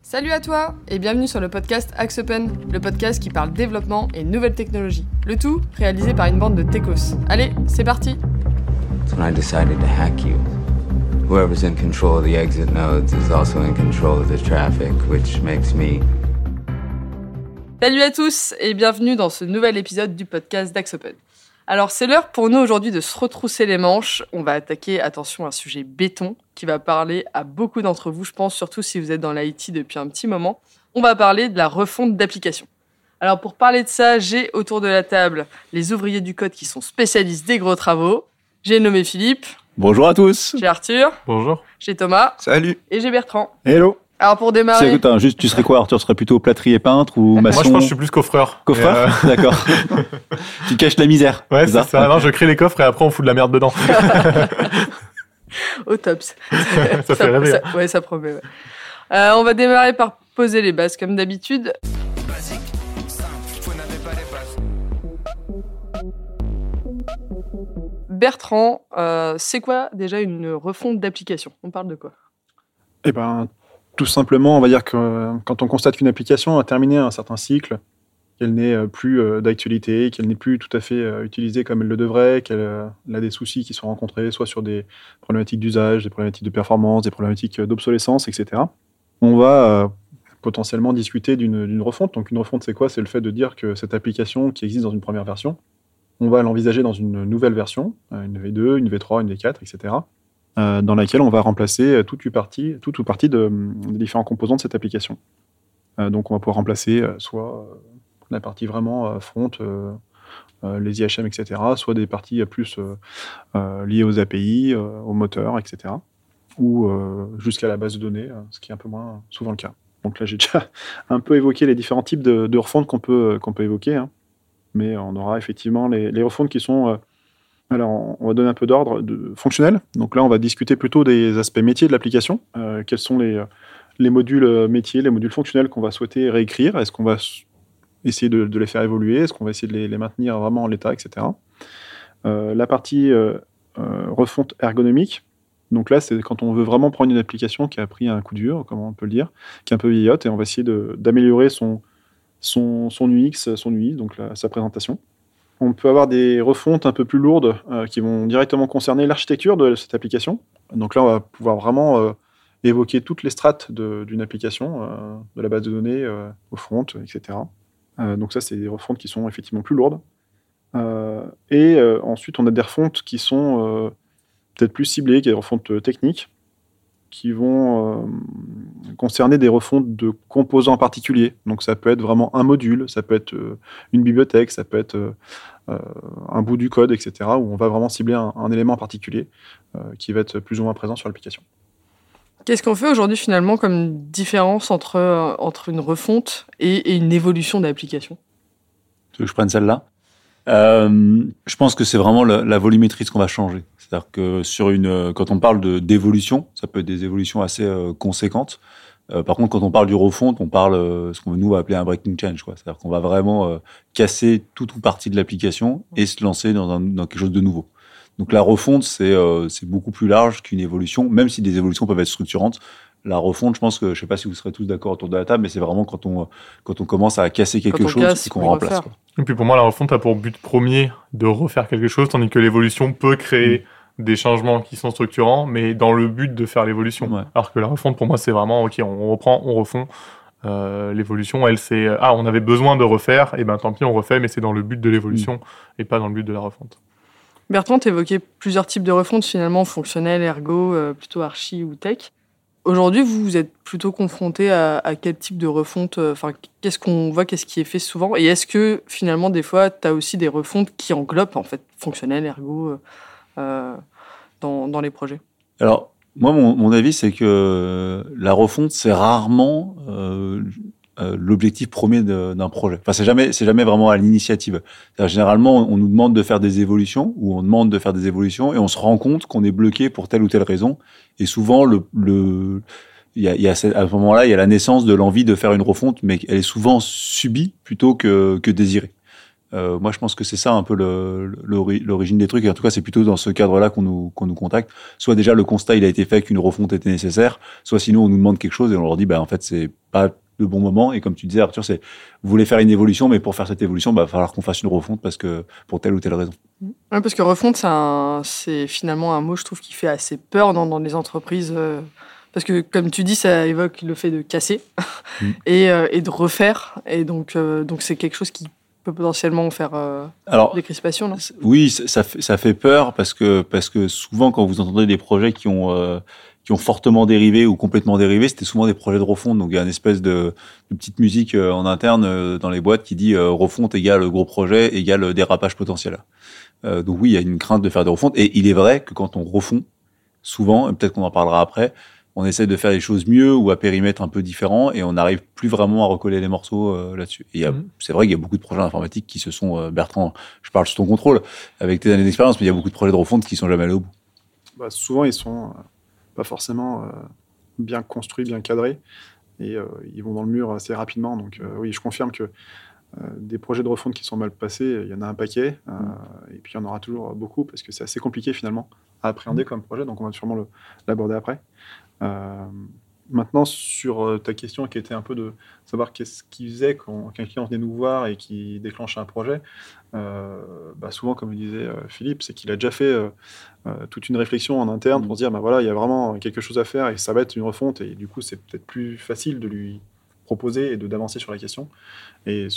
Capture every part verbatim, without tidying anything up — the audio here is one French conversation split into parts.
Salut à toi et bienvenue sur le podcast Axe Open, le podcast qui parle développement et nouvelles technologies. Le tout réalisé par une bande de techos. Allez, c'est parti. That's when I decided to hack you. Whoever's in control of the exit nodes is also in control of the traffic, which makes me... Salut à tous et bienvenue dans ce nouvel épisode du podcast d'Axe Open. Alors c'est l'heure pour nous aujourd'hui de se retrousser les manches. On va attaquer, attention, un sujet béton qui va parler à beaucoup d'entre vous, je pense, surtout si vous êtes dans l'I T depuis un petit moment. On va parler de la refonte d'applications. Alors pour parler de ça, j'ai autour de la table les ouvriers du code qui sont spécialistes des gros travaux. J'ai nommé Philippe. Bonjour à tous. J'ai Arthur. Bonjour. J'ai Thomas. Salut. Et j'ai Bertrand. Hello. Alors pour démarrer... C'est, attends, juste, tu serais quoi, Arthur? Tu serais plutôt plâtrier peintre ou maçon? Moi, je pense que je suis plus coffreur. Coffreur euh... D'accord. Tu caches la misère. Ouais, c'est ça. ça. Non, je crée les coffres et après, on fout de la merde dedans. Au top. ça, ça fait rêver. Ça, ouais, ça promet. Ouais. Euh, on va démarrer par poser les bases comme d'habitude. Basique, simple, vous n'avez pas les bases. Bertrand, euh, c'est quoi déjà une refonte d'application? On parle de quoi? Eh ben, tout simplement, on va dire que euh, quand on constate qu'une application a terminé un certain cycle, qu'elle n'est euh, plus euh, d'actualité, qu'elle n'est plus tout à fait euh, utilisée comme elle le devrait, qu'elle euh, a des soucis qui sont rencontrés, soit sur des problématiques d'usage, des problématiques de performance, des problématiques euh, d'obsolescence, et cetera. On va euh, potentiellement discuter d'une, d'une refonte. Donc une refonte, c'est quoi? C'est le fait de dire que cette application qui existe dans une première version, on va l'envisager dans une nouvelle version, une V deux, une V trois, une V quatre, et cetera, euh, dans laquelle on va remplacer toute ou partie, toute ou partie de, des différents composants de cette application. Euh, donc on va pouvoir remplacer euh, soit euh, la partie vraiment euh, front, euh, euh, les I H M, et cetera, soit des parties euh, plus euh, euh, liées aux A P I, euh, aux moteurs, et cetera, ou euh, jusqu'à la base de données, euh, ce qui est un peu moins souvent le cas. Donc là, j'ai déjà un peu évoqué les différents types de, de refontes qu'on peut, euh, qu'on peut évoquer, hein. Mais on aura effectivement les, les refontes qui sont... Euh, alors, on va donner un peu d'ordre de, fonctionnel. Donc là, on va discuter plutôt des aspects métiers de l'application. Euh, quels sont les, les modules métiers, les modules fonctionnels qu'on va souhaiter réécrire? Est-ce qu'on va essayer de, de les faire évoluer? Est-ce qu'on va essayer de les, les maintenir vraiment en l'état, et cetera. Euh, la partie euh, euh, refonte ergonomique. Donc là, c'est quand on veut vraiment prendre une application qui a pris un coup dur, comment on peut le dire, qui est un peu vieillotte, et on va essayer de, d'améliorer son... Son, son U X, son U I, donc la, sa présentation. On peut avoir des refontes un peu plus lourdes euh, qui vont directement concerner l'architecture de cette application. Donc là, on va pouvoir vraiment euh, évoquer toutes les strates de, d'une application, euh, de la base de données euh, au front, et cetera. Euh, donc ça, c'est des refontes qui sont effectivement plus lourdes. Euh, et euh, ensuite, on a des refontes qui sont euh, peut-être plus ciblées, qui sont des refontes techniques, qui vont euh, concerner des refontes de composants particuliers. Donc ça peut être vraiment un module, ça peut être euh, une bibliothèque, ça peut être euh, un bout du code, et cetera, où on va vraiment cibler un, un élément particulier euh, qui va être plus ou moins présent sur l'application. Qu'est-ce qu'on fait aujourd'hui finalement comme différence entre, euh, entre une refonte et, et une évolution d'application? Tu veux que je prenne celle-là? Euh, je pense que c'est vraiment la, la volumétrie ce qu'on va changer. C'est-à-dire que sur une, quand on parle de, d'évolution, ça peut être des évolutions assez euh, conséquentes. Euh, par contre, quand on parle du refonte, on parle euh, ce qu'on nous va appeler un breaking change, quoi. C'est-à-dire qu'on va vraiment euh, casser toute ou partie de l'application et se lancer dans, un, dans quelque chose de nouveau. Donc la refonte, c'est, euh, c'est beaucoup plus large qu'une évolution, même si des évolutions peuvent être structurantes. La refonte, je pense que, je sais pas si vous serez tous d'accord autour de la table, mais c'est vraiment quand on, quand on commence à casser quelque chose casse, et qu'on remplace, quoi. Et puis pour moi, la refonte a pour but premier de refaire quelque chose, tandis que l'évolution peut créer mmh. des changements qui sont structurants, mais dans le but de faire l'évolution. Ouais. Alors que la refonte, pour moi, c'est vraiment, ok, on reprend, on refond. Euh, l'évolution, elle, c'est, ah, on avait besoin de refaire, et ben tant pis, on refait, mais c'est dans le but de l'évolution mmh. et pas dans le but de la refonte. Bertrand, tu évoquais plusieurs types de refontes, finalement, fonctionnelles, ergo, euh, plutôt archi ou tech. Aujourd'hui, vous, vous êtes plutôt confronté à, à quel type de refonte, enfin, euh, qu'est-ce qu'on voit, qu'est-ce qui est fait souvent? Et est-ce que, finalement, des fois, tu as aussi des refontes qui englobent, en fait, fonctionnel, ergo, euh, dans, dans les projets? Alors, moi, mon, mon avis, c'est que la refonte, c'est rarement euh, euh, l'objectif premier de, d'un projet. Enfin, c'est jamais, c'est jamais vraiment à l'initiative. C'est-à-dire, généralement, on nous demande de faire des évolutions, ou on demande de faire des évolutions, et on se rend compte qu'on est bloqué pour telle ou telle raison. Et souvent, le, le, il y a, il y a, à ce moment-là, il y a la naissance de l'envie de faire une refonte, mais elle est souvent subie plutôt que, que désirée. Euh, moi, je pense que c'est ça un peu le, le, l'origine des trucs. Et en tout cas, c'est plutôt dans ce cadre-là qu'on nous, qu'on nous contacte. Soit déjà le constat il a été fait qu'une refonte était nécessaire, soit sinon on nous demande quelque chose et on leur dit bah en fait c'est pas le bon moment. Et comme tu disais Arthur, c'est vous voulez faire une évolution, mais pour faire cette évolution, bah, il va falloir qu'on fasse une refonte parce que pour telle ou telle raison. Ouais, parce que refonte, c'est, un, c'est finalement un mot je trouve qui fait assez peur dans, dans les entreprises. Euh, parce que comme tu dis, ça évoque le fait de casser mmh. et, euh, et de refaire. Et donc euh, donc c'est quelque chose qui peut potentiellement faire euh, Alors, des crispations, non ? Oui, ça fait, ça fait peur parce que, parce que souvent, quand vous entendez des projets qui ont, euh, qui ont fortement dérivé ou complètement dérivé, c'était souvent des projets de refonte. Donc, il y a une espèce de, de petite musique euh, en interne euh, dans les boîtes qui dit euh, refonte égale gros projet égale dérapage potentiel. Euh, donc, oui, il y a une crainte de faire des refontes. Et il est vrai que quand on refond, souvent, et peut-être qu'on en parlera après, on essaie de faire les choses mieux ou à périmètre un peu différent et on n'arrive plus vraiment à recoller les morceaux euh, là-dessus. Et il y a, mmh. c'est vrai qu'il y a beaucoup de projets informatiques qui se sont, euh, Bertrand, je parle sous ton contrôle, avec tes années d'expérience, mais il y a beaucoup de projets de refonte qui sont jamais allés au bout. Bah, souvent, ils sont euh, pas forcément euh, bien construits, bien cadrés, et euh, ils vont dans le mur assez rapidement. Donc euh, oui, je confirme que euh, des projets de refonte qui sont mal passés, il y en a un paquet, euh, mmh. et puis il y en aura toujours beaucoup, parce que c'est assez compliqué finalement à appréhender mmh. comme projet, donc on va sûrement le, l'aborder après. Euh, maintenant, sur ta question qui était un peu de savoir qu'est-ce qui faisait quand qu'un client venait nous voir et qui déclenchait un projet, euh, bah souvent, comme le disait euh, Philippe, c'est qu'il a déjà fait euh, euh, toute une réflexion en interne mmh. pour se dire, bah voilà, il y a vraiment quelque chose à faire et ça va être une refonte et du coup, c'est peut-être plus facile de lui proposer et de, d'avancer sur la question. Et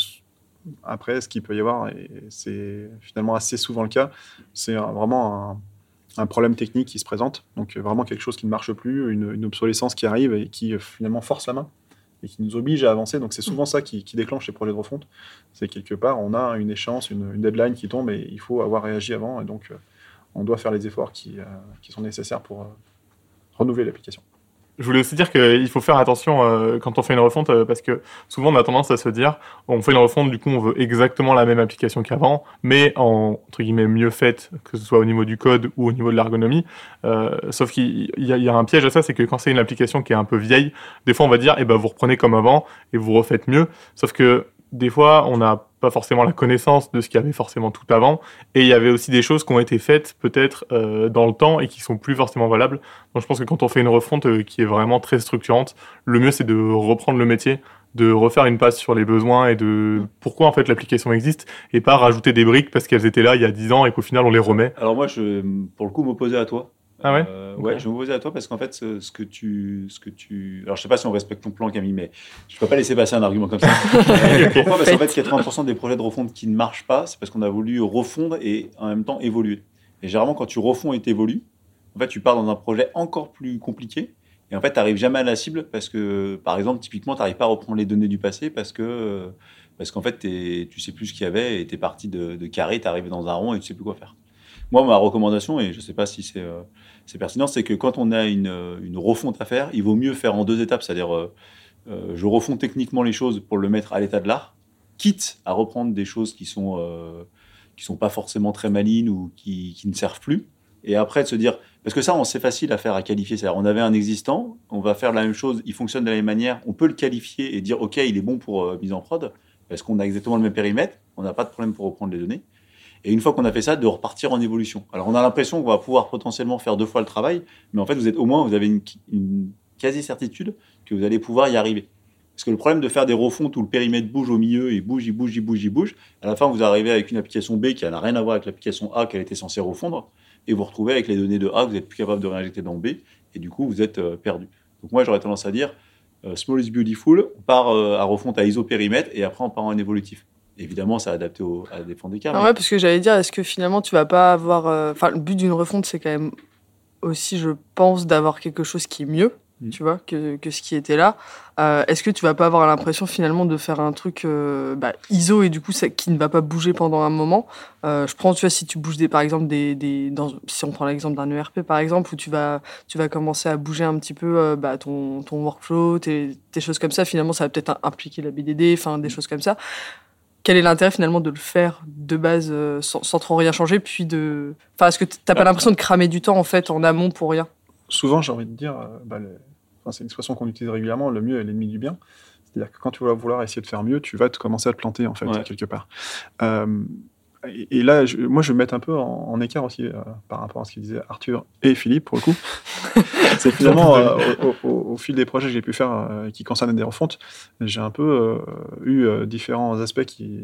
après, ce qu'il peut y avoir, et c'est finalement assez souvent le cas, c'est un, vraiment un un problème technique qui se présente, donc vraiment quelque chose qui ne marche plus, une, une obsolescence qui arrive et qui finalement force la main et qui nous oblige à avancer. Donc c'est souvent ça qui, qui déclenche les projets de refonte. C'est quelque part, on a une échéance, une, une deadline qui tombe et il faut avoir réagi avant et donc euh, on doit faire les efforts qui, euh, qui sont nécessaires pour euh, renouveler l'application. Je voulais aussi dire qu'il faut faire attention euh, quand on fait une refonte euh, parce que souvent on a tendance à se dire on fait une refonte, du coup on veut exactement la même application qu'avant, mais en entre guillemets mieux faite, que ce soit au niveau du code ou au niveau de l'ergonomie. Euh, sauf qu'il y a, il y a un piège à ça, c'est que quand c'est une application qui est un peu vieille, des fois on va dire eh ben vous reprenez comme avant et vous refaites mieux. Sauf que des fois on n'a pas forcément la connaissance de ce qu'il y avait forcément tout avant, et il y avait aussi des choses qui ont été faites peut-être euh, dans le temps et qui sont plus forcément valables. Donc je pense que quand on fait une refonte euh, qui est vraiment très structurante, le mieux c'est de reprendre le métier, de refaire une passe sur les besoins et de pourquoi en fait l'application existe, et pas rajouter des briques parce qu'elles étaient là il y a dix ans et qu'au final on les remet. Alors moi, je, pour le coup, m'opposais à toi. Ah ouais euh, okay. Ouais, je m'opposais à toi parce qu'en fait, ce, ce que tu, ce que tu, alors je sais pas si on respecte ton plan, Camille, mais je peux pas laisser passer un argument comme ça. Pourquoi ? Parce qu'en fait, quatre-vingts pour cent des projets de refonte qui ne marchent pas, c'est parce qu'on a voulu refondre et en même temps évoluer. Et généralement, quand tu refonds et t'évolues, en fait, tu pars dans un projet encore plus compliqué. Et en fait, tu n'arrives jamais à la cible parce que, par exemple, typiquement, tu n'arrives pas à reprendre les données du passé parce que, parce qu'en fait, tu sais plus ce qu'il y avait et tu es parti de, de carré, tu es arrivé dans un rond et tu sais plus quoi faire. Moi, ma recommandation, et je ne sais pas si c'est, euh, c'est pertinent, c'est que quand on a une, une refonte à faire, il vaut mieux faire en deux étapes. C'est-à-dire, euh, euh, je refonds techniquement les choses pour le mettre à l'état de l'art, quitte à reprendre des choses qui ne sont, euh, qui sont pas forcément très malines ou qui, qui ne servent plus. Et après, de se dire... Parce que ça, on, c'est facile à faire, à qualifier. C'est-à-dire, on avait un existant, on va faire la même chose, il fonctionne de la même manière, on peut le qualifier et dire, OK, il est bon pour euh, mise en prod, parce qu'on a exactement le même périmètre, on n'a pas de problème pour reprendre les données. Et une fois qu'on a fait ça, de repartir en évolution. Alors, on a l'impression qu'on va pouvoir potentiellement faire deux fois le travail, mais en fait, vous êtes au moins, vous avez une, une quasi-certitude que vous allez pouvoir y arriver. Parce que le problème de faire des refontes où le périmètre bouge au milieu, il bouge, il bouge, il bouge, il bouge, à la fin, vous arrivez avec une application B qui n'a rien à voir avec l'application A qu'elle était censée refondre, et vous retrouvez avec les données de A que vous n'êtes plus capable de réinjecter dans B, et du coup, vous êtes euh, perdu. Donc moi, j'aurais tendance à dire, euh, small is beautiful, on part euh, à refonte à iso-périmètre, et après, on part en évolutif. Évidemment, ça adapté au, à des fonds d'écart. Ah ouais, parce que j'allais dire, est-ce que finalement, tu vas pas avoir... Enfin, euh, le but d'une refonte, c'est quand même aussi, je pense, d'avoir quelque chose qui est mieux, mmh. tu vois, que, que ce qui était là. Euh, est-ce que tu vas pas avoir l'impression, finalement, de faire un truc euh, bah, I S O et du coup, ça, qui ne va pas bouger pendant un moment euh, Je prends, tu vois, si tu bouges, des, par exemple, des... des dans, si on prend l'exemple d'un E R P, par exemple, où tu vas, tu vas commencer à bouger un petit peu euh, bah, ton, ton workflow, tes, tes choses comme ça, finalement, ça va peut-être impliquer la B D D, enfin, des mmh. choses comme ça. Quel est l'intérêt finalement de le faire de base euh, sans, sans trop rien changer, puis de... Enfin, est-ce que t'as pas l'impression de cramer du temps en fait en amont pour rien ? Souvent, j'ai envie de dire, euh, bah, le... enfin, c'est une expression qu'on utilise régulièrement, le mieux est l'ennemi du bien. C'est-à-dire que quand tu vas vouloir essayer de faire mieux, tu vas te commencer à te planter, en fait, Ouais. quelque part. Euh, et, et là, je, moi, je vais me mettre un peu en, en écart aussi euh, par rapport à ce qu'ils disaient Arthur et Philippe, pour le coup. C'est que finalement, euh, au, au, au fil des projets que j'ai pu faire euh, qui concernaient des refontes, j'ai un peu euh, eu euh, différents aspects qui,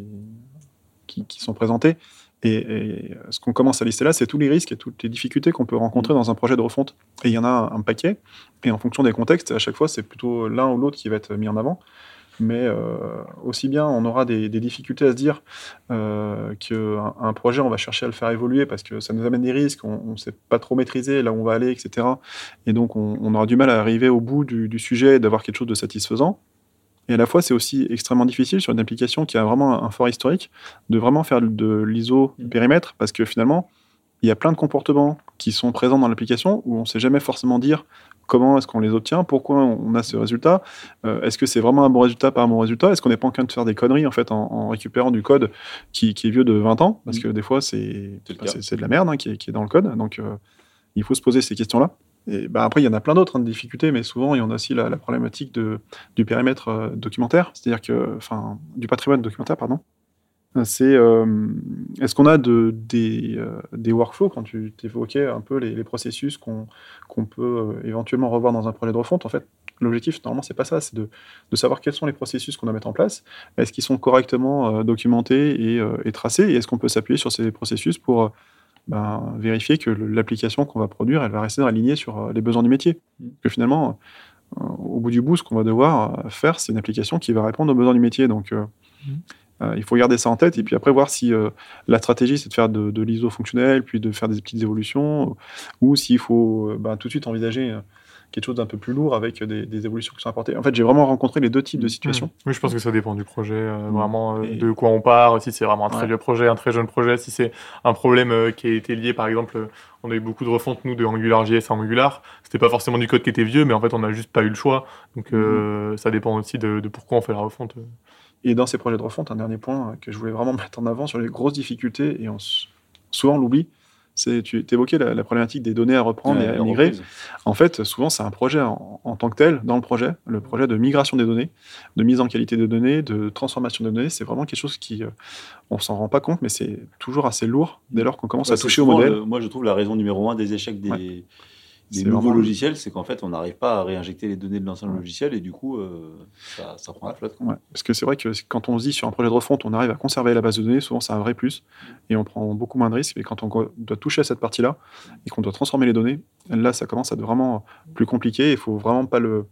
qui, qui sont présentés. Et, et ce qu'on commence à lister là, c'est tous les risques et toutes les difficultés qu'on peut rencontrer dans un projet de refonte. Et il y en a un, un paquet. Et en fonction des contextes, à chaque fois, c'est plutôt l'un ou l'autre qui va être mis en avant. Mais euh, aussi bien, on aura des, des difficultés à se dire euh, qu'un un projet, on va chercher à le faire évoluer parce que ça nous amène des risques, on ne sait pas trop maîtriser là où on va aller, et cetera. Et donc, on, on aura du mal à arriver au bout du, du sujet et d'avoir quelque chose de satisfaisant. Et à la fois, c'est aussi extrêmement difficile sur une application qui a vraiment un fort historique de vraiment faire de l'I S O périmètre parce que finalement, il y a plein de comportements qui sont présents dans l'application où on ne sait jamais forcément dire comment est-ce qu'on les obtient, pourquoi on a ce résultat, euh, est-ce que c'est vraiment un bon résultat, pas un bon résultat, est-ce qu'on n'est pas en train de faire des conneries en fait en, en récupérant du code qui, qui est vieux de vingt ans, parce que des fois c'est, C'est le bah, cas. c'est, c'est de la merde hein, qui, est, qui est dans le code, donc euh, il faut se poser ces questions-là. Et bah, après, il y en a plein d'autres hein, de difficultés, mais souvent, il y en a aussi la, la problématique de, du périmètre euh, documentaire, c'est-à-dire que, enfin, du patrimoine documentaire, pardon. C'est, euh, est-ce qu'on a de, des, euh, des workflows, quand tu évoquais un peu les, les processus qu'on, qu'on peut euh, éventuellement revoir dans un projet de refonte, en fait, l'objectif, normalement, c'est pas ça, c'est de, de savoir quels sont les processus qu'on doit mettre en place, est-ce qu'ils sont correctement euh, documentés et, euh, et tracés, et est-ce qu'on peut s'appuyer sur ces processus pour euh, ben, vérifier que le, l'application qu'on va produire, elle va rester alignée sur euh, les besoins du métier. Mmh. Que finalement, euh, au bout du bout, ce qu'on va devoir euh, faire, c'est une application qui va répondre aux besoins du métier, donc... Euh, mmh. Euh, il faut garder ça en tête et puis après voir si euh, la stratégie c'est de faire de, de l'I S O fonctionnel puis de faire des petites évolutions ou, ou s'il faut euh, bah, tout de suite envisager euh, quelque chose d'un peu plus lourd avec des, des évolutions qui sont apportées. En fait, j'ai vraiment rencontré les deux types de situations. Mmh. Oui, je pense que ça dépend du projet, euh, vraiment euh, et... de quoi on part, si c'est vraiment un très ouais. vieux projet, un très jeune projet, si c'est un problème euh, qui a été lié, par exemple, euh, on a eu beaucoup de refontes, nous, de AngularJS à Angular. C'était pas forcément du code qui était vieux, mais en fait, on n'a juste pas eu le choix. Donc, euh, mmh. ça dépend aussi de, de pourquoi on fait la refonte. Et dans ces projets de refonte, un dernier point que je voulais vraiment mettre en avant sur les grosses difficultés, et on, souvent on l'oublie, c'est, tu évoquais la, la problématique des données à reprendre ouais, et à migrer. En fait, souvent, c'est un projet en, en tant que tel, dans le projet, le projet de migration des données, de mise en qualité des données, de transformation des données, c'est vraiment quelque chose qui, euh, on s'en rend pas compte, mais c'est toujours assez lourd dès lors qu'on commence ouais, à toucher au modèle. Le, moi, je trouve la raison numéro un des échecs des... Ouais. Des c'est nouveaux vraiment... logiciels, c'est qu'en fait, on n'arrive pas à réinjecter les données de l'ancien ouais. logiciel et du coup, euh, ça, ça prend la flotte. Ouais. Parce que c'est vrai que quand on se dit sur un projet de refonte, on arrive à conserver la base de données, souvent c'est un vrai plus et on prend beaucoup moins de risques. Mais quand on doit toucher à cette partie-là et qu'on doit transformer les données, là, ça commence à être vraiment plus compliqué. Il ne faut vraiment pas le,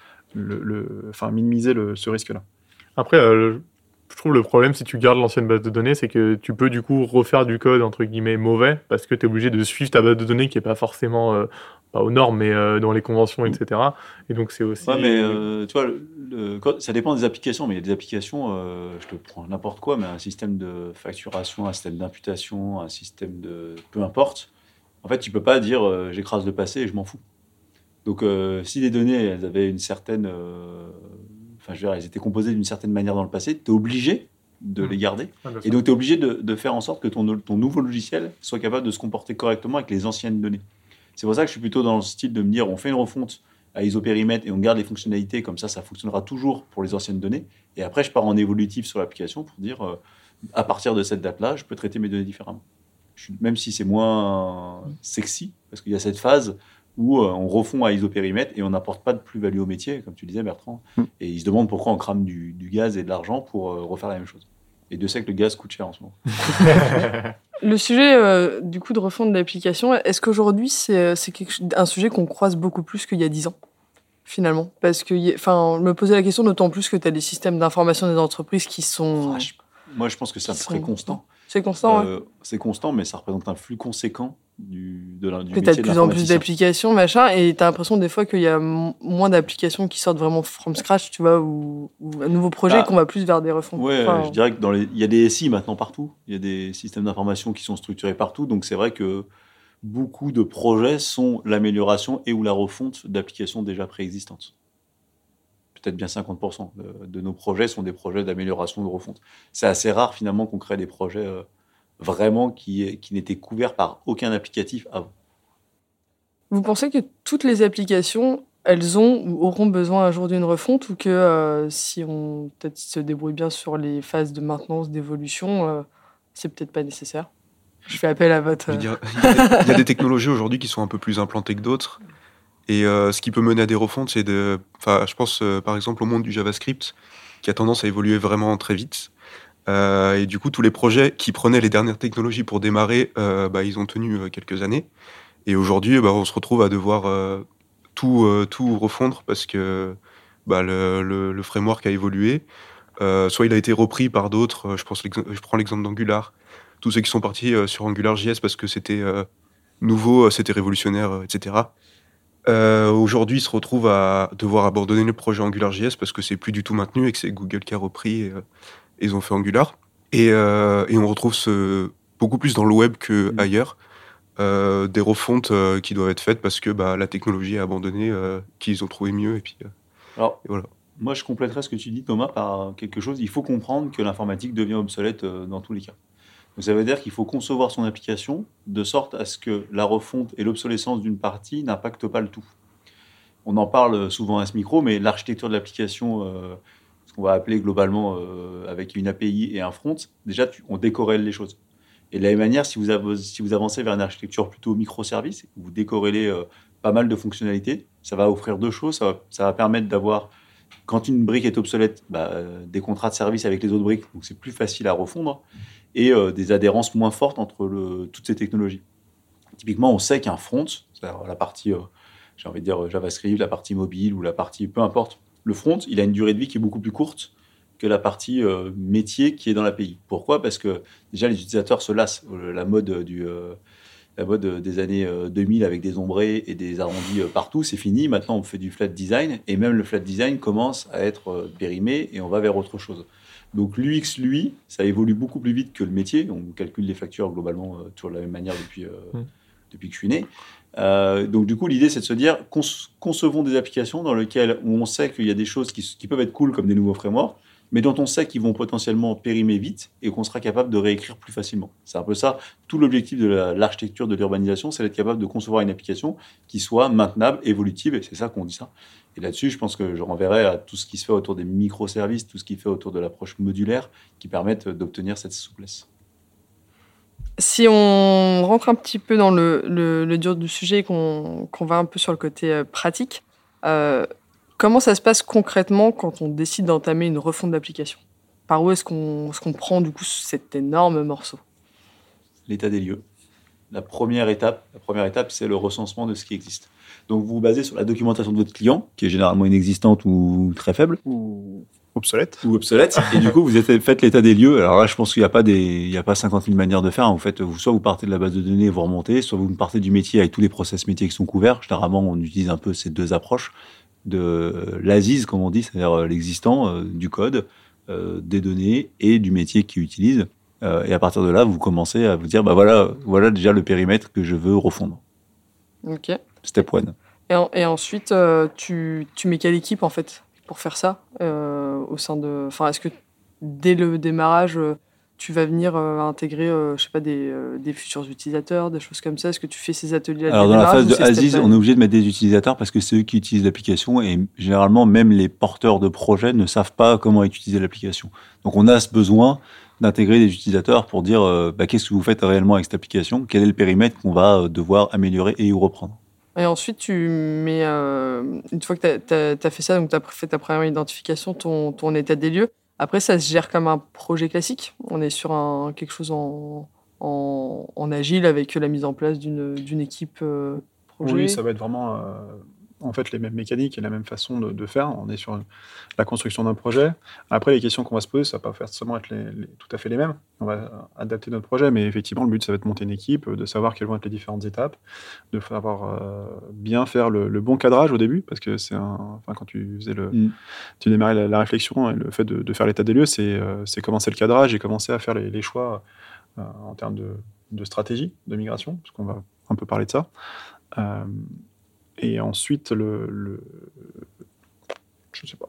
le, le, enfin, minimiser le, ce risque-là. Après, euh, je trouve le problème, si tu gardes l'ancienne base de données, c'est que tu peux du coup refaire du code entre guillemets mauvais parce que tu es obligé de suivre ta base de données qui n'est pas forcément... Euh, pas aux normes, mais euh, dans les conventions, et cetera. Et donc, c'est aussi... Ouais, mais euh, tu vois, le, le, ça dépend des applications, mais il y a des applications, euh, je te prends n'importe quoi, mais un système de facturation, un système d'imputation, un système de... peu importe. En fait, tu peux pas dire euh, j'écrase le passé et je m'en fous. Donc, euh, si les données, elles avaient une certaine... Enfin, euh, je veux dire, elles étaient composées d'une certaine manière dans le passé, tu es obligé de mmh. les garder. Ouais, et donc, tu es obligé de, de faire en sorte que ton, ton nouveau logiciel soit capable de se comporter correctement avec les anciennes données. C'est pour ça que je suis plutôt dans le style de me dire on fait une refonte à isopérimètre et on garde les fonctionnalités, comme ça, ça fonctionnera toujours pour les anciennes données. Et après, je pars en évolutif sur l'application pour dire euh, à partir de cette date-là, je peux traiter mes données différemment. Je suis, même si c'est moins sexy, parce qu'il y a cette phase où euh, on refond à isopérimètre et on n'apporte pas de plus-value au métier, comme tu disais, Bertrand. Mm. Et ils se demandent pourquoi on crame du, du gaz et de l'argent pour euh, refaire la même chose. Et Dieu sait que le gaz coûte cher en ce moment. Le sujet euh, du coup de refonte d'application, est-ce qu'aujourd'hui c'est, c'est quelque, un sujet qu'on croise beaucoup plus qu'il y a dix ans finalement? Parce que, enfin, je me posais la question d'autant plus que tu as des systèmes d'information des entreprises qui sont... Ah, je, moi je pense que c'est très sont... constant. C'est constant, euh, ouais. C'est constant, mais ça représente un flux conséquent du, de la, du que métier t'as de plus en plus d'applications, machin, et t'as l'impression des fois qu'il y a m- moins d'applications qui sortent vraiment from scratch, tu vois, ou, ou un nouveau projet bah, qu'on va plus vers des refontes. Ouais, enfin, je dirais que dans les, il y a des S I maintenant partout, il y a des systèmes d'information qui sont structurés partout, donc c'est vrai que beaucoup de projets sont l'amélioration et ou la refonte d'applications déjà préexistantes. Peut-être bien cinquante pour cent de, de nos projets sont des projets d'amélioration ou de refonte. C'est assez rare finalement qu'on crée des projets euh, vraiment qui, qui n'étaient couverts par aucun applicatif avant. Vous pensez que toutes les applications elles ont ou auront besoin un jour d'une refonte ou que euh, si on peut-être se débrouille bien sur les phases de maintenance, d'évolution, euh, c'est peut-être pas nécessaire. Je fais appel à votre... Je veux dire, il y a des- il y a des technologies aujourd'hui qui sont un peu plus implantées que d'autres. Et euh, ce qui peut mener à des refontes, c'est de. Enfin, je pense euh, par exemple au monde du JavaScript, qui a tendance à évoluer vraiment très vite. Euh, et du coup, tous les projets qui prenaient les dernières technologies pour démarrer, euh, bah, ils ont tenu euh, quelques années. Et aujourd'hui, bah, on se retrouve à devoir euh, tout, euh, tout refondre parce que bah, le, le, le framework a évolué. Euh, soit il a été repris par d'autres. euh, Je, pense l'exem- je prends l'exemple d'Angular. Tous ceux qui sont partis euh, sur AngularJS parce que c'était euh, nouveau, euh, c'était révolutionnaire, euh, et cetera. Euh, aujourd'hui, ils se retrouvent à devoir abandonner le projet AngularJS parce que c'est plus du tout maintenu et que c'est Google qui a repris et, euh, et ils ont fait Angular. Et, euh, et on retrouve ce, beaucoup plus dans le web qu'ailleurs euh, des refontes euh, qui doivent être faites parce que bah, la technologie est abandonnée, euh, qu'ils ont trouvé mieux. Et puis, euh, Alors, et voilà. moi, je compléterais ce que tu dis, Thomas, par quelque chose. Il faut comprendre que l'informatique devient obsolète euh, dans tous les cas. Donc, ça veut dire qu'il faut concevoir son application de sorte à ce que la refonte et l'obsolescence d'une partie n'impactent pas le tout. On en parle souvent à ce micro, mais l'architecture de l'application, euh, ce qu'on va appeler globalement euh, avec une A P I et un front, déjà, tu- on décorrèle les choses. Et de la même manière, si vous, av- si vous avancez vers une architecture plutôt microservice, vous décorrélez euh, pas mal de fonctionnalités, ça va offrir deux choses. Ça va, ça va permettre d'avoir, quand une brique est obsolète, bah, euh, des contrats de service avec les autres briques, donc c'est plus facile à refondre, et euh, des adhérences moins fortes entre le- toutes ces technologies. Typiquement, on sait qu'un front, c'est-à-dire la partie, euh, j'ai envie de dire euh, JavaScript, la partie mobile ou la partie, peu importe, le front, il a une durée de vie qui est beaucoup plus courte que la partie euh, métier qui est dans l'A P I. Pourquoi ? Parce que déjà, les utilisateurs se lassent. Euh, La mode, du, euh, la mode des années euh, deux mille avec des ombrés et des arrondis euh, partout, c'est fini. Maintenant, on fait du flat design et même le flat design commence à être euh, périmé et on va vers autre chose. Donc l'U X, lui, ça évolue beaucoup plus vite que le métier. On calcule les factures globalement euh, toujours de la même manière depuis, euh, Mm. depuis que je suis né. Euh, donc du coup, l'idée, c'est de se dire, conce- concevons des applications dans lesquelles où on sait qu'il y a des choses qui, s- qui peuvent être cool comme des nouveaux frameworks, mais dont on sait qu'ils vont potentiellement périmer vite et qu'on sera capable de réécrire plus facilement. C'est un peu ça, tout l'objectif de la- l'architecture de l'urbanisation, c'est d'être capable de concevoir une application qui soit maintenable, évolutive, et c'est ça qu'on dit ça. Et là-dessus, je pense que je renverrai à tout ce qui se fait autour des microservices, tout ce qui se fait autour de l'approche modulaire, qui permettent d'obtenir cette souplesse. Si on rentre un petit peu dans le, le, le dur du sujet et qu'on qu'on va un peu sur le côté euh, pratique, euh, comment ça se passe concrètement quand on décide d'entamer une refonte d'application ? Par où est-ce qu'on est-ce qu'on prend du coup cet énorme morceau ? L'état des lieux. La première étape, la première étape, c'est le recensement de ce qui existe. Donc vous vous basez sur la documentation de votre client, qui est généralement inexistante ou très faible, Ou obsolète. ou obsolète, et du coup vous êtes, faites l'état des lieux. Alors là, je pense qu'il n'y a pas des, il y a pas cinquante mille manières de faire. En fait, vous, soit vous partez de la base de données et vous remontez, soit vous partez du métier avec tous les process métiers qui sont couverts. Généralement, on utilise un peu ces deux approches de l'ASIS, comme on dit, c'est-à-dire l'existant, euh, du code, euh, des données et du métier qui utilise. Euh, et à partir de là, vous commencez à vous dire, bah voilà, voilà déjà le périmètre que je veux refondre. Ok. Step one. Et, en- et ensuite, euh, tu, tu mets quelle équipe en fait pour faire ça euh, au sein de. Enfin, est-ce que dès le démarrage, euh, tu vas venir euh, intégrer, euh, je sais pas, des, euh, des futurs utilisateurs, des choses comme ça ? Est-ce que tu fais ces ateliers-là dès Alors le dans la démarrage phase ou de c'est step Aziz, by- on est obligé de mettre des utilisateurs parce que c'est eux qui utilisent l'application et généralement même les porteurs de projets ne savent pas comment utiliser l'application. Donc on a ce besoin d'intégrer des utilisateurs pour dire euh, bah, qu'est-ce que vous faites réellement avec cette application, quel est le périmètre qu'on va euh, devoir améliorer et ou reprendre. Et ensuite, tu mets, euh, une fois que tu as fait ça, donc tu as fait ta première identification, ton, ton état des lieux, après, ça se gère comme un projet classique. On est sur un, quelque chose en, en, en agile avec la mise en place d'une d'une équipe euh, projet. Oui, ça va être vraiment euh, en fait les mêmes mécaniques et la même façon de, de faire. On est sur une- la construction d'un projet. Après, les questions qu'on va se poser, ça va pas forcément être les- les- tout à fait les mêmes. On va euh, adapter notre projet, mais effectivement, le but, ça va être de monter une équipe, de savoir quelles vont être les différentes étapes, de savoir euh, bien faire le, le bon cadrage au début, parce que c'est un, enfin, quand tu faisais le, Mm. tu démarrais la, la réflexion et le fait de, de faire l'état des lieux, c'est euh, c'est commencer le cadrage et commencer à faire les, les choix euh, en termes de, de stratégie de migration, parce qu'on va un peu parler de ça. Euh, et ensuite, le, le... je sais pas.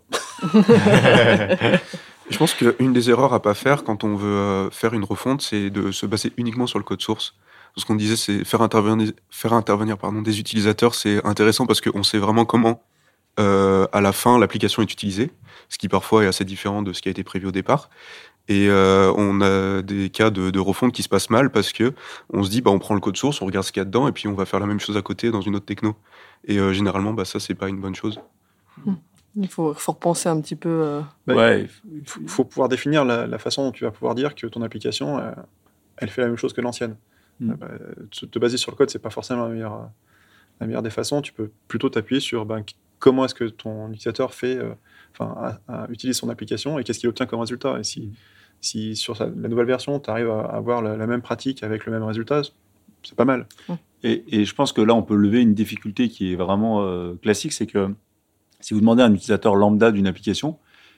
Je pense qu'une des erreurs à pas faire quand on veut euh, faire une refonte, c'est de se baser uniquement sur le code source. Ce qu'on disait, c'est faire intervenir, faire intervenir pardon, des utilisateurs, c'est intéressant parce qu'on sait vraiment comment euh, à la fin, l'application est utilisée, ce qui parfois est assez différent de ce qui a été prévu au départ. Et euh, on a des cas de, de refonte qui se passent mal parce que on se dit, bah, on prend le code source, on regarde ce qu'il y a dedans, et puis on va faire la même chose à côté dans une autre techno. Et euh, généralement, bah, ça, c'est pas une bonne chose. Il faut, faut repenser un petit peu. Euh... Bah, Ouais. Il faut, faut pouvoir définir la, la façon dont tu vas pouvoir dire que ton application, euh, elle fait la même chose que l'ancienne. Mm. Euh, bah, te, te baser sur le code, c'est pas forcément la meilleure, la meilleure des façons. Tu peux plutôt t'appuyer sur ben, comment est-ce que ton utilisateur fait, euh, enfin, a, a, utilise son application et qu'est-ce qu'il obtient comme résultat. Et si, mm. si sur sa, la nouvelle version, tu arrives à avoir la, la même pratique avec le même résultat, c'est pas mal. Mm. Et, et je pense que là, on peut lever une difficulté qui est vraiment euh, classique, c'est que si vous demandez à un utilisateur lambda d'une application,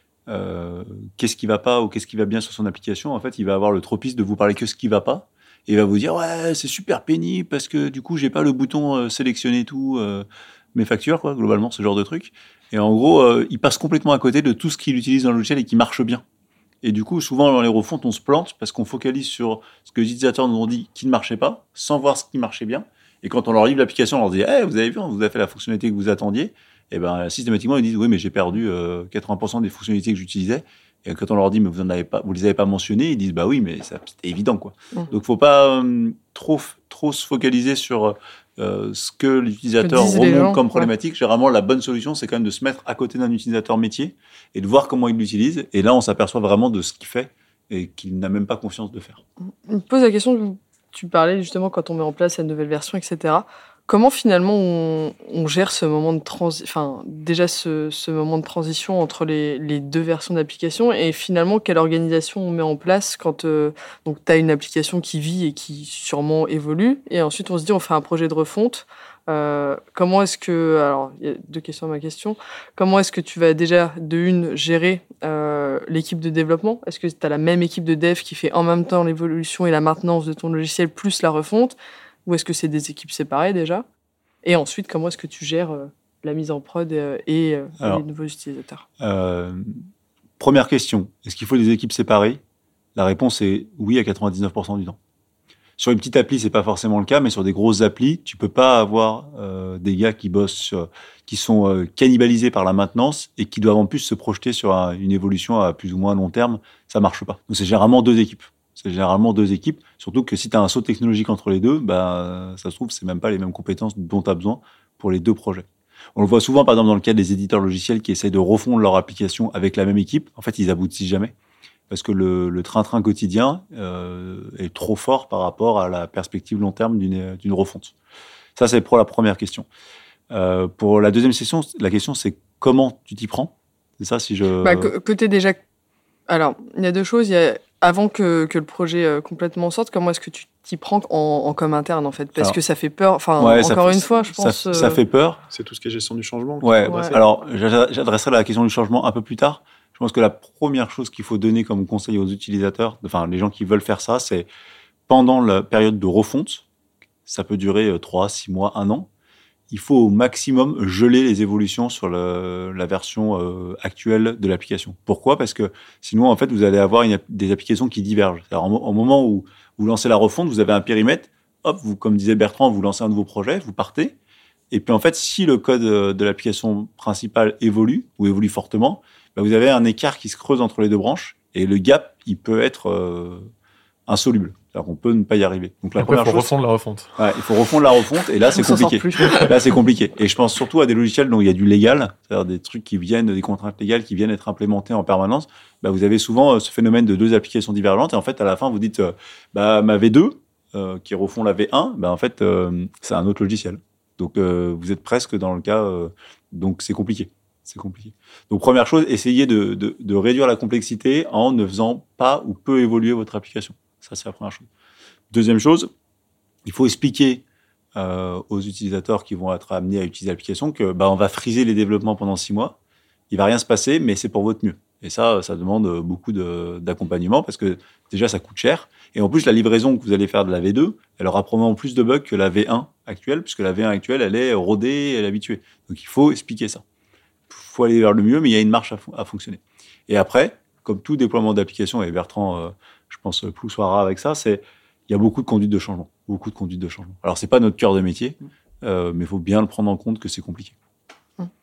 euh, qu'est-ce qui va pas ou qu'est-ce qui va bien sur son application, en fait, il va avoir le tropisme de vous parler que ce qui va pas, et il va vous dire ouais, c'est super pénible parce que du coup, j'ai pas le bouton euh, sélectionner tout euh, mes factures, quoi, globalement, ce genre de truc. Et en gros, euh, il passe complètement à côté de tout ce qu'il utilise dans le logiciel et qui marche bien. Et du coup, souvent dans les refontes, on se plante parce qu'on focalise sur ce que les utilisateurs nous ont dit qui ne marchait pas, sans voir ce qui marchait bien. Et quand on leur livre l'application, on leur dit hey, vous avez vu, on vous a fait la fonctionnalité que vous attendiez. Et ben systématiquement ils disent oui mais j'ai perdu euh, quatre-vingts pour cent des fonctionnalités que j'utilisais. Et quand on leur dit mais vous en avez pas, vous les avez pas mentionnées, ils disent bah oui mais ça, c'était évident quoi. Mmh. Donc faut pas euh, trop trop se focaliser sur euh, ce que l'utilisateur que remonte gens, comme problématique. Ouais. Généralement la bonne solution c'est quand même de se mettre à côté d'un utilisateur métier et de voir comment il l'utilise. Et là on s'aperçoit vraiment de ce qu'il fait et qu'il n'a même pas confiance de faire. Je me pose la question, tu parlais justement quand on met en place la nouvelle version, et cetera. Comment finalement on, on gère ce moment de transition, enfin déjà ce, ce moment de transition entre les, les deux versions d'application et finalement quelle organisation on met en place quand euh, donc tu as une application qui vit et qui sûrement évolue et ensuite on se dit on fait un projet de refonte. Euh, comment est-ce que, alors il y a deux questions à ma question, comment est-ce que tu vas déjà de une gérer euh, l'équipe de développement? Est-ce que tu as la même équipe de dev qui fait en même temps l'évolution et la maintenance de ton logiciel plus la refonte? Ou est-ce que c'est des équipes séparées déjà? Et ensuite, comment est-ce que tu gères euh, la mise en prod euh, et euh, Alors, les nouveaux utilisateurs? euh, Première question, est-ce qu'il faut des équipes séparées? La réponse est oui à quatre-vingt-dix-neuf pour cent du temps. Sur une petite appli, c'est pas forcément le cas, mais sur des grosses applis, tu peux pas avoir euh, des gars qui bossent, sur, qui sont euh, cannibalisés par la maintenance et qui doivent en plus se projeter sur un, une évolution à plus ou moins long terme. Ça marche pas. Donc c'est généralement deux équipes. C'est généralement deux équipes, surtout que si tu as un saut technologique entre les deux, bah, ça se trouve, c'est même pas les mêmes compétences dont tu as besoin pour les deux projets. On le voit souvent, par exemple, dans le cas des éditeurs logiciels qui essayent de refondre leur application avec la même équipe. En fait, ils aboutissent jamais parce que le, le train-train quotidien euh, est trop fort par rapport à la perspective long terme d'une, d'une refonte. Ça, c'est pour la première question. Euh, pour la deuxième question, la question, c'est comment tu t'y prends? C'est ça, si je... Bah, que, que t'es déjà... Alors, il y a deux choses. Il y a... Avant que, que le projet euh, complètement sorte, comment est-ce que tu t'y prends en, en com interne, en fait? Parce Alors, que ça fait peur. Enfin, ouais, encore fait, une fois, je pense... Ça, euh... ça fait peur. C'est tout ce qui est gestion du changement. Ouais. ouais. Alors, j'adresserai la question du changement un peu plus tard. Je pense que la première chose qu'il faut donner comme conseil aux utilisateurs, enfin, les gens qui veulent faire ça, c'est pendant la période de refonte, ça peut durer trois, six mois, un an, il faut au maximum geler les évolutions sur le, la version euh, actuelle de l'application. Pourquoi? Parce que sinon, en fait, vous allez avoir une, des applications qui divergent. Alors, au moment où vous lancez la refonte, vous avez un périmètre. Hop, vous, comme disait Bertrand, vous lancez un nouveau projet, vous partez. Et puis, en fait, si le code de l'application principale évolue ou évolue fortement, bah, vous avez un écart qui se creuse entre les deux branches. Et le gap, il peut être euh, insoluble. C'est-à-dire qu'on peut ne pas y arriver. Donc, la Après, première il faut chose, refondre la refonte. Ouais, il faut refondre la refonte, et là, c'est compliqué. Là, c'est compliqué. Et je pense surtout à des logiciels dont il y a du légal, c'est-à-dire des trucs qui viennent, des contraintes légales qui viennent être implémentées en permanence. Bah, vous avez souvent euh, ce phénomène de deux applications divergentes, et en fait, à la fin, vous dites, euh, bah, ma V deux, euh, qui refond la V un, bah, en fait, euh, c'est un autre logiciel. Donc, euh, vous êtes presque dans le cas, euh, donc c'est compliqué. C'est compliqué. Donc, première chose, essayez de, de, de réduire la complexité en ne faisant pas ou peu évoluer votre application. Ça, c'est la première chose. Deuxième chose, il faut expliquer euh, aux utilisateurs qui vont être amenés à utiliser l'application que bah, on va friser les développements pendant six mois. Il va rien se passer, mais c'est pour votre mieux. Et ça, ça demande beaucoup de, d'accompagnement parce que déjà, ça coûte cher. Et en plus, la livraison que vous allez faire de la V deux, elle aura probablement plus de bugs que la V un actuelle, puisque la V un actuelle, elle est rodée, elle est habituée. Donc, il faut expliquer ça. Il faut aller vers le mieux, mais il y a une marche à, fo- à fonctionner. Et après, comme tout déploiement d'application, et Bertrand, euh, je pense, ploussoira avec ça, c'est il y a beaucoup de conduite de changement. Beaucoup de conduite de changement. Alors, c'est pas notre cœur de métier, euh, mais il faut bien le prendre en compte que c'est compliqué.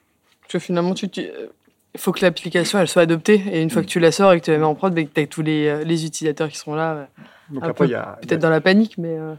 Parce que finalement, tu, tu... il faut que l'application elle soit adoptée. Et une fois que tu la sors et que tu la mets en prod, bah, que tu as tous les, les utilisateurs qui sont là. Donc après, il y a, peut-être y a... dans la panique, mais... Euh...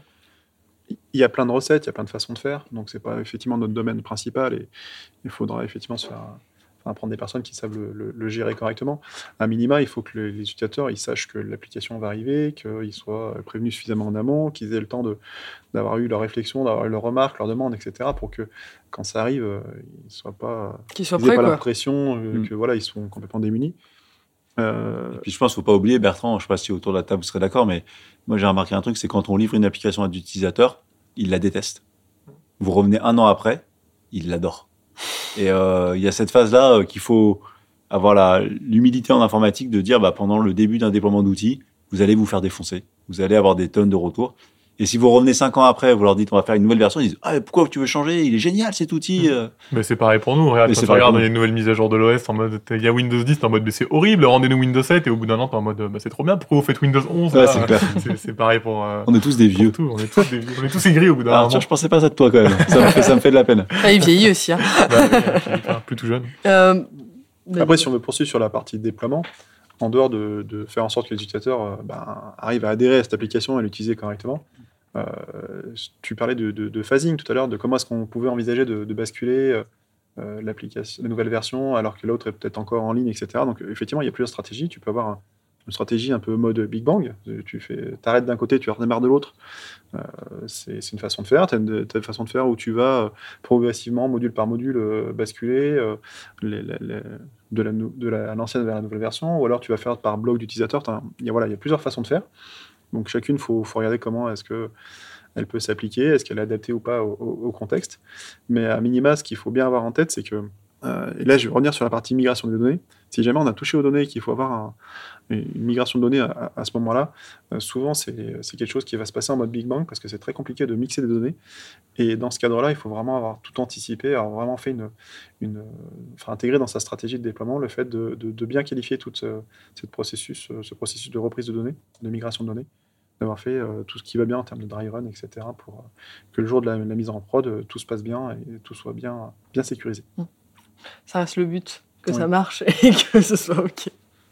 Il y a plein de recettes, il y a plein de façons de faire. Donc, ce n'est pas effectivement notre domaine principal. Et il faudra effectivement se faire... Enfin, prendre des personnes qui savent le, le, le gérer correctement. À minima, il faut que le, les utilisateurs ils sachent que l'application va arriver, qu'ils soient prévenus suffisamment en amont, qu'ils aient le temps de, d'avoir eu leur réflexion, d'avoir eu leurs remarques, leurs demandes, et cetera, pour que quand ça arrive, euh, ils ne soient pas, qu'ils soient ils prêts, pas quoi. l'impression euh, mm. que voilà, ils sont complètement démunis. Euh... Et puis je pense qu'il ne faut pas oublier, Bertrand, je ne sais pas si autour de la table vous serez d'accord, mais moi j'ai remarqué un truc, c'est quand on livre une application à des utilisateurs, ils la détestent. Vous revenez un an après, ils l'adorent. Et il euh, y a cette phase-là euh, qu'il faut avoir la, l'humilité en informatique de dire bah, pendant le début d'un déploiement d'outils, vous allez vous faire défoncer, vous allez avoir des tonnes de retours. Et si vous revenez cinq ans après, vous leur dites on va faire une nouvelle version, ils disent ah, pourquoi tu veux changer, il est génial cet outil. Mmh. Mais c'est pareil pour nous, regarde, mais quand tu regardes les nouvelles mises à jour de l'O S, en mode il y a Windows dix, t'es en mode mais c'est horrible, rendez-nous Windows sept, et au bout d'un an t'es en mode bah, c'est trop bien, pourquoi vous faites Windows onze ouais, là, c'est, clair. c'est, c'est pareil pour. Euh, on est tous des vieux. Tout, on, est tous des vieux. On est tous aigris au bout d'un ah, moment. Tiens, je pensais pas ça de toi quand même, ça me fait, ça me fait de la peine. Ah, il vieillit aussi. Hein. bah, ouais, plus tout jeune. Euh, Après, si on veut poursuivre sur la partie déploiement, en dehors de, de faire en sorte que les utilisateurs euh, ben, arrivent à adhérer à cette application et l'utiliser correctement, euh, tu parlais de, de, de phasing tout à l'heure, de comment est-ce qu'on pouvait envisager de, de basculer euh, l'application, la nouvelle version alors que l'autre est peut-être encore en ligne, et cetera. Donc effectivement, il y a plusieurs stratégies. Tu peux avoir un, une stratégie un peu mode Big Bang. Tu fais, t'arrêtes d'un côté, tu redémarres de l'autre. Euh, c'est, c'est une façon de faire. Tu as une, une façon de faire où tu vas euh, progressivement, module par module, euh, basculer euh, les, les, les, de, la, de la, l'ancienne vers la nouvelle version, ou alors tu vas faire par bloc d'utilisateurs. Il y a, voilà, il y a plusieurs façons de faire. Donc chacune, il faut, faut regarder comment est-ce qu'elle peut s'appliquer, est-ce qu'elle est adaptée ou pas au, au, au contexte. Mais à minima, ce qu'il faut bien avoir en tête, c'est que, euh, et là je vais revenir sur la partie migration des données, si jamais on a touché aux données et qu'il faut avoir un, une migration de données à, à ce moment-là, euh, souvent c'est, c'est quelque chose qui va se passer en mode Big Bang, parce que c'est très compliqué de mixer des données. Et dans ce cadre-là, il faut vraiment avoir tout anticipé, avoir vraiment fait une, une, enfin, intégrer dans sa stratégie de déploiement le fait de, de, de bien qualifier tout ce, ce, processus, ce processus de reprise de données, de migration de données, d'avoir fait euh, tout ce qui va bien en termes de dry run, et cetera, pour euh, que le jour de la, la mise en prod, euh, tout se passe bien et tout soit bien, bien sécurisé. Ça reste le but, que oui. ça marche et que ce soit OK.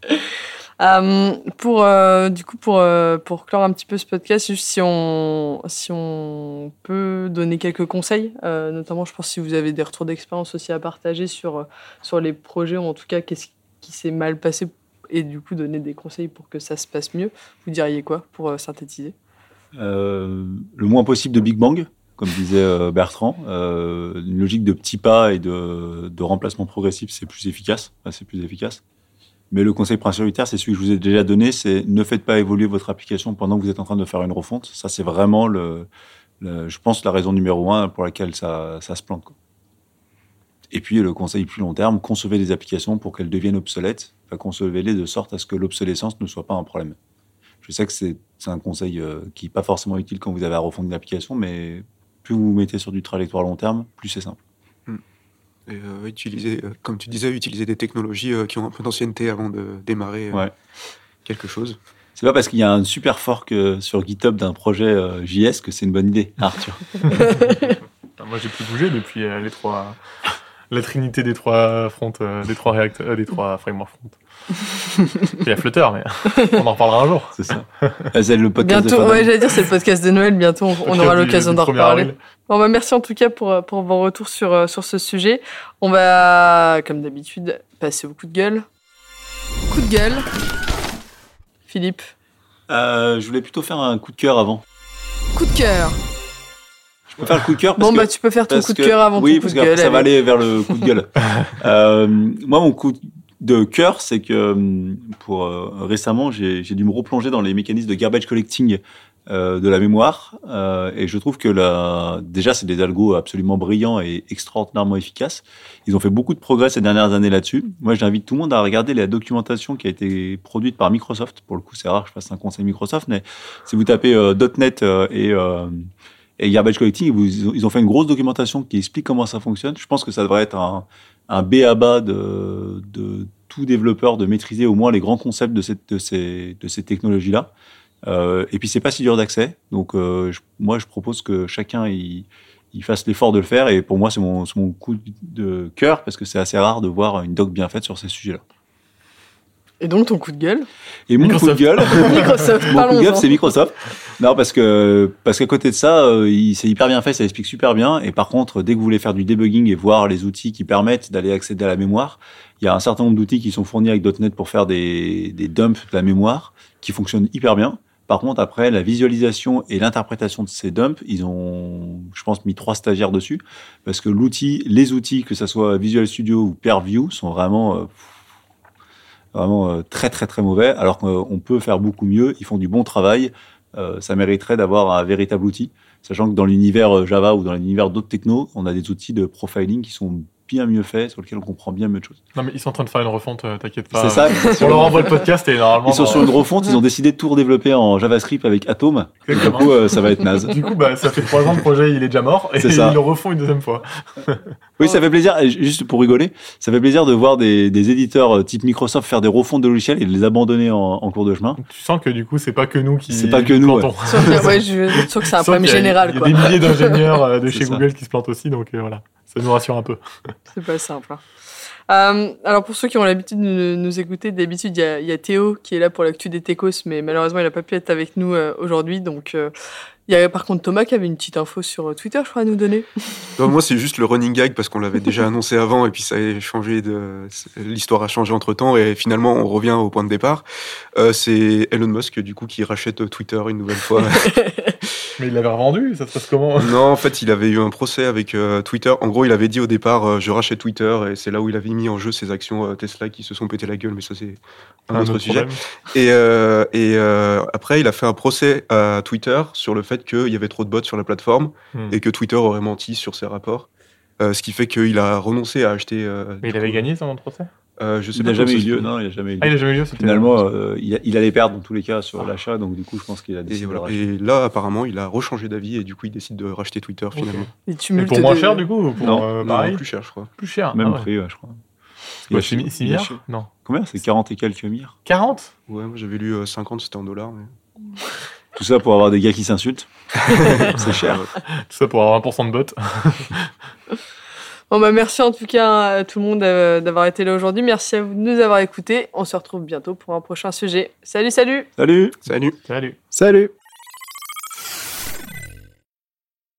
Euh, pour, euh, du coup, pour, euh, pour clore un petit peu ce podcast, juste si on, si on peut donner quelques conseils, euh, notamment, je pense si vous avez des retours d'expérience aussi à partager sur, sur les projets, ou en tout cas, qu'est-ce qui s'est mal passé, et du coup, donner des conseils pour que ça se passe mieux, vous diriez quoi pour euh, synthétiser ? euh, Le moins possible de Big Bang, comme disait euh, Bertrand. Euh, une logique de petits pas et de, de remplacement progressif, c'est plus efficace. Enfin, c'est plus efficace. Mais le conseil prioritaire, c'est celui que je vous ai déjà donné, c'est ne faites pas évoluer votre application pendant que vous êtes en train de faire une refonte. Ça, c'est vraiment, le, le, je pense, la raison numéro un pour laquelle ça, ça se plante, quoi. Et puis, le conseil plus long terme, concevez des applications pour qu'elles deviennent obsolètes. Enfin, concevez-les de sorte à ce que l'obsolescence ne soit pas un problème. Je sais que c'est, c'est un conseil euh, qui n'est pas forcément utile quand vous avez à refondre une application, mais plus vous vous mettez sur du trajectoire long terme, plus c'est simple. Mmh. Et euh, utiliser, euh, comme tu disais, utiliser des technologies euh, qui ont un peu d'ancienneté avant de démarrer euh, ouais. quelque chose. C'est pas parce qu'il y a un super fork euh, sur GitHub d'un projet euh, J S que c'est une bonne idée, Arthur. Moi, j'ai plus bougé depuis euh, les trois... La trinité des trois fronts, euh, des trois React, euh, des trois frameworks front. Il y a Flutter, mais on en reparlera un jour. C'est ça. C'est le podcast bientôt, de ouais, j'allais dire, c'est le podcast de Noël. Bientôt, on, on aura l'occasion d'en reparler. Bon, bah, merci en tout cas pour, pour vos retours sur, sur ce sujet. On va, comme d'habitude, passer au coup de gueule. Coup de gueule. Philippe. Euh, je voulais plutôt faire un coup de cœur avant. Coup de cœur. Je peux faire le coup de cœur parce Bon, que, bah, tu peux faire ton coup de que, cœur avant oui, ton coup de gueule. Oui, parce que ça va aller vers le coup de gueule. euh, moi, mon coup de cœur, c'est que pour euh, récemment, j'ai, j'ai dû me replonger dans les mécanismes de garbage collecting euh, de la mémoire. Euh, et je trouve que la, déjà, c'est des algos absolument brillants et extraordinairement efficaces. Ils ont fait beaucoup de progrès ces dernières années là-dessus. Moi, j'invite tout le monde à regarder la documentation qui a été produite par Microsoft. Pour le coup, c'est rare que je fasse un conseil Microsoft, mais si vous tapez euh, .NET euh, et... Euh, Et Garbage Collecting, ils ont fait une grosse documentation qui explique comment ça fonctionne. Je pense que ça devrait être un, un b a ba de, de tout développeur de maîtriser au moins les grands concepts de, cette, de, ces, de ces technologies-là. Euh, et puis, c'est pas si dur d'accès. Donc, euh, je, moi, je propose que chacun y, ils fassent l'effort de le faire. Et pour moi, c'est mon, c'est mon coup de cœur parce que c'est assez rare de voir une doc bien faite sur ces sujets-là. Et donc, ton coup de gueule? Et mon Microsoft. coup de gueule, Microsoft, mon coup de gueule, parlons-en. c'est Microsoft. Non, parce que parce qu'à côté de ça, euh, il, c'est hyper bien fait, ça explique super bien. Et par contre, dès que vous voulez faire du debugging et voir les outils qui permettent d'aller accéder à la mémoire, il y a un certain nombre d'outils qui sont fournis avec .NET pour faire des, des dumps de la mémoire qui fonctionnent hyper bien. Par contre, après, la visualisation et l'interprétation de ces dumps, ils ont, je pense, mis trois stagiaires dessus. Parce que l'outil, les outils, que ça soit Visual Studio ou Purview, sont vraiment... Euh, vraiment euh, très très très mauvais, alors qu'on peut faire beaucoup mieux, ils font du bon travail, euh, ça mériterait d'avoir un véritable outil, sachant que dans l'univers Java ou dans l'univers d'autres technos, on a des outils de profiling qui sont bien mieux faits, sur lesquels on comprend bien mieux de choses. Non, mais ils sont en train de faire une refonte, euh, t'inquiète pas. C'est ça. On leur envoie le podcast et normalement. Ils sont dans- sur une refonte, ils ont décidé de tout redévelopper en JavaScript avec Atom, et du Exactement. coup euh, ça va être naze. Du coup, bah, ça fait trois ans, le projet, il est déjà mort, et C'est ils ça. le refont une deuxième fois. Oui, ça fait plaisir, et juste pour rigoler, ça fait plaisir de voir des, des éditeurs euh, type Microsoft faire des refontes de logiciels et de les abandonner en, en cours de chemin. Tu sens que du coup, c'est pas que nous qui. C'est pas que nous, plantons. Sauf que, ouais, je je suis sûr que c'est un Sauf problème qu'il y a- général, Il y a quoi. des milliers d'ingénieurs euh, de C'est chez ça. Google qui se plantent aussi, donc euh, voilà, ça nous rassure un peu. C'est pas simple. hein. Euh, alors pour ceux qui ont l'habitude de nous, nous écouter, d'habitude il y, a- il y a Théo qui est là pour l'actu des techos, mais malheureusement il n'a pas pu être avec nous euh, aujourd'hui. Donc euh, il y a par contre Thomas qui avait une petite info sur Twitter, je crois, à nous donner. Non, moi, c'est juste le running gag parce qu'on l'avait déjà annoncé avant et puis ça a changé de, l'histoire a changé entre temps et finalement on revient au point de départ. Euh, c'est Elon Musk, du coup, qui rachète Twitter une nouvelle fois. Mais il l'avait revendu, ça se passe comment? Non, en fait, il avait eu un procès avec euh, Twitter. En gros, il avait dit au départ, euh, je rachète Twitter et c'est là où il avait mis en jeu ses actions euh, Tesla qui se sont pété la gueule, mais ça, c'est un, autre, sujet. problème. Et, euh, et euh, après, il a fait un procès à Twitter sur le fait qu'il y avait trop de bots sur la plateforme Hmm. et que Twitter aurait menti sur ses rapports. Euh, ce qui fait qu'il a renoncé à acheter. euh, Mais il du avait coup, gagné ça dans le procès? euh, je sais Il pas n'a comment jamais ça eu se lieu, fait. non, il n'a jamais eu lieu. Ah, il a jamais eu lieu, c'était. Finalement, euh, il, a- il allait perdre dans tous les cas sur l'achat, donc du coup, je pense qu'il a Et, décidé voilà. de racheter. Et là, apparemment, il a rechangé d'avis et du coup, il décide de racheter Twitter finalement. Les Mais tumultes pour moins de- cher du coup ou pour Non, euh, Non, pareil? plus cher, je crois. Plus cher. Même ah ouais. prix, ouais, je crois. C'est quoi, Il a- six mi- six il a- milliards? Non. Combien? C'est quarante et quelques milliards. quarante? Ouais, moi j'avais lu euh, cinquante, c'était en dollars. Mais... Tout ça pour avoir des gars qui s'insultent. C'est cher. Tout ça pour avoir un pour cent de bots. Bon bah merci en tout cas à tout le monde euh, d'avoir été là aujourd'hui. Merci à vous de nous avoir écoutés. On se retrouve bientôt pour un prochain sujet. Salut, salut! Salut! Salut! Salut. Salut!